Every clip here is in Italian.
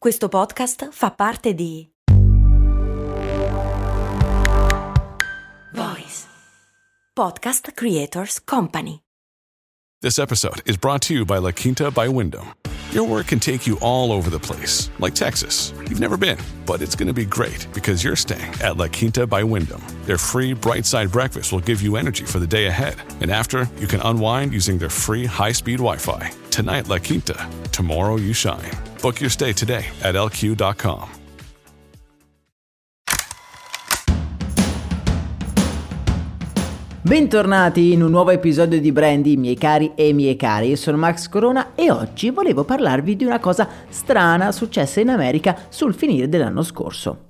Questo podcast fa parte di Voice Podcast Creators Company. This episode is brought to you by La Quinta by Wyndham. Your work can take you all over the place, like Texas. You've never been, but it's going to be great because you're staying at La Quinta by Wyndham. Their free Bright Side breakfast will give you energy for the day ahead. And after, you can unwind using their free high-speed Wi-Fi. Tonight, La Quinta. Tomorrow, you shine. Book your stay today at lq.com. Bentornati in un nuovo episodio di Brandy, miei cari e miei cari. Io sono Max Corona e oggi volevo parlarvi di una cosa strana successa in America sul finire dell'anno scorso.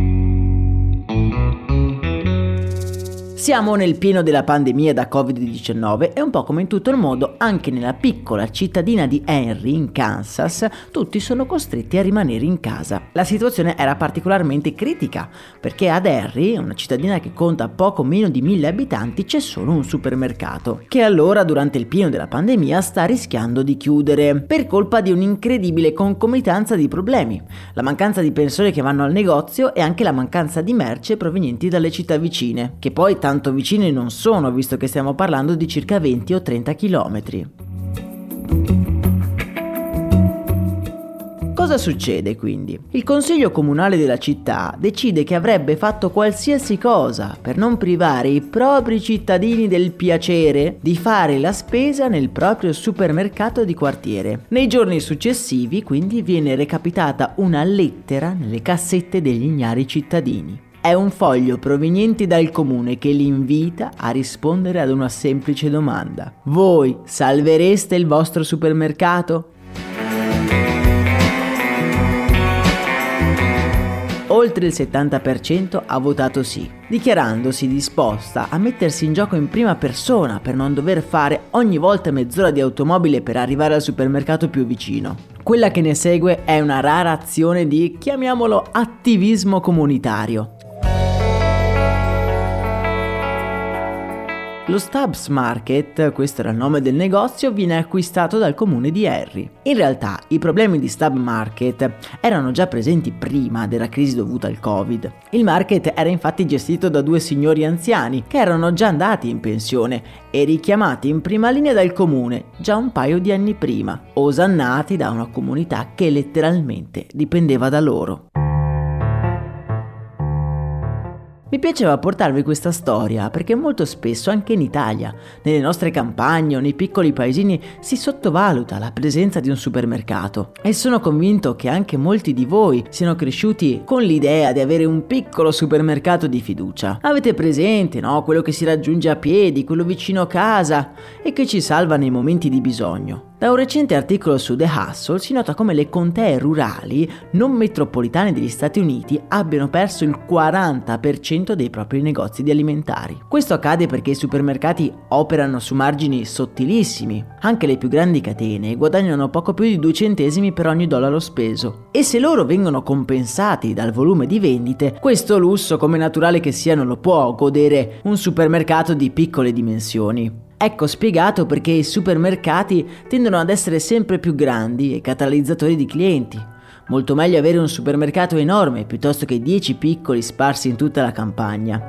Siamo nel pieno della pandemia da Covid-19 e un po' come in tutto il mondo, anche nella piccola cittadina di Henry, in Kansas, tutti sono costretti a rimanere in casa. La situazione era particolarmente critica, perché ad Henry, una cittadina che conta poco meno di 1000 abitanti, c'è solo un supermercato, che allora durante il pieno della pandemia sta rischiando di chiudere, per colpa di un'incredibile concomitanza di problemi. La mancanza di persone che vanno al negozio e anche la mancanza di merce provenienti dalle città vicine, che poi tanto vicine non sono, visto che stiamo parlando di circa 20 o 30 chilometri. Cosa succede quindi? Il consiglio comunale della città decide che avrebbe fatto qualsiasi cosa per non privare i propri cittadini del piacere di fare la spesa nel proprio supermercato di quartiere. Nei giorni successivi, quindi, viene recapitata una lettera nelle cassette degli ignari cittadini. È un foglio proveniente dal comune che li invita a rispondere ad una semplice domanda. Voi salvereste il vostro supermercato? Oltre il 70% ha votato sì, dichiarandosi disposta a mettersi in gioco in prima persona per non dover fare ogni volta mezz'ora di automobile per arrivare al supermercato più vicino. Quella che ne segue è una rara azione di, chiamiamolo, attivismo comunitario. Lo Stubbs Market, questo era il nome del negozio, viene acquistato dal comune di Henry. In realtà i problemi di Stubbs Market erano già presenti prima della crisi dovuta al Covid. Il market era infatti gestito da due signori anziani che erano già andati in pensione e richiamati in prima linea dal comune già un paio di anni prima, osannati da una comunità che letteralmente dipendeva da loro. Mi piaceva portarvi questa storia perché molto spesso anche in Italia, nelle nostre campagne o nei piccoli paesini, si sottovaluta la presenza di un supermercato e sono convinto che anche molti di voi siano cresciuti con l'idea di avere un piccolo supermercato di fiducia. Avete presente, no? Quello che si raggiunge a piedi, quello vicino a casa e che ci salva nei momenti di bisogno. Da un recente articolo su The Hustle si nota come le contee rurali non metropolitane degli Stati Uniti abbiano perso il 40% dei propri negozi di alimentari. Questo accade perché i supermercati operano su margini sottilissimi. Anche le più grandi catene guadagnano poco più di 2 centesimi per ogni dollaro speso. E se loro vengono compensati dal volume di vendite, questo lusso, come naturale che sia, non lo può godere un supermercato di piccole dimensioni. Ecco spiegato perché i supermercati tendono ad essere sempre più grandi e catalizzatori di clienti. Molto meglio avere un supermercato enorme piuttosto che 10 piccoli sparsi in tutta la campagna.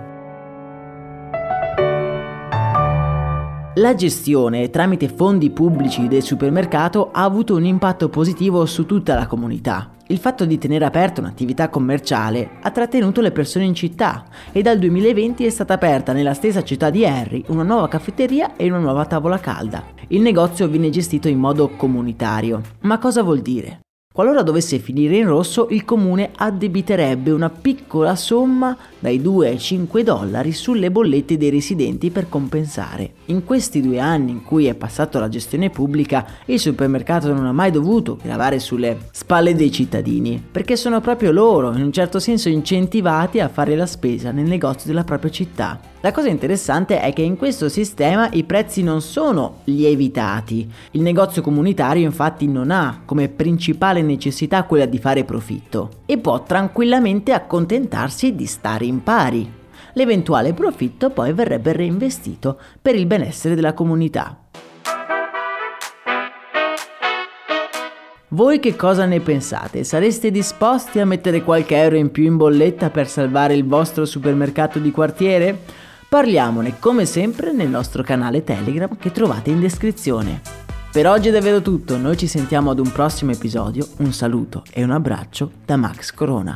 La gestione tramite fondi pubblici del supermercato ha avuto un impatto positivo su tutta la comunità. Il fatto di tenere aperta un'attività commerciale ha trattenuto le persone in città e dal 2020 è stata aperta nella stessa città di Henry una nuova caffetteria e una nuova tavola calda. Il negozio viene gestito in modo comunitario. Ma cosa vuol dire? Qualora dovesse finire in rosso, il comune addebiterebbe una piccola somma dai 2 ai 5 dollari sulle bollette dei residenti per compensare. In questi 2 anni in cui è passato alla gestione pubblica, il supermercato non ha mai dovuto gravare sulle spalle dei cittadini, perché sono proprio loro, in un certo senso, incentivati a fare la spesa nel negozio della propria città. La cosa interessante è che in questo sistema i prezzi non sono lievitati. Il negozio comunitario infatti non ha come principale necessità quella di fare profitto e può tranquillamente accontentarsi di stare in pari. L'eventuale profitto poi verrebbe reinvestito per il benessere della comunità. Voi che cosa ne pensate? Sareste disposti a mettere qualche euro in più in bolletta per salvare il vostro supermercato di quartiere? Parliamone come sempre nel nostro canale Telegram che trovate in descrizione. Per oggi è davvero tutto, noi ci sentiamo ad un prossimo episodio, un saluto e un abbraccio da Max Corona.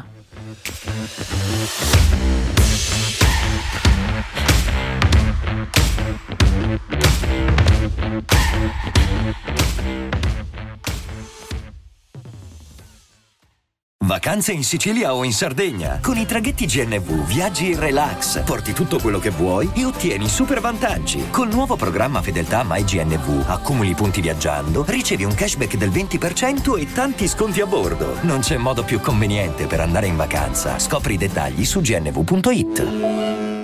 Vacanze in Sicilia o in Sardegna. Con i traghetti GNV viaggi in relax, porti tutto quello che vuoi e ottieni super vantaggi. Col nuovo programma Fedeltà MyGNV accumuli punti viaggiando, ricevi un cashback del 20% e tanti sconti a bordo. Non c'è modo più conveniente per andare in vacanza. Scopri i dettagli su gnv.it.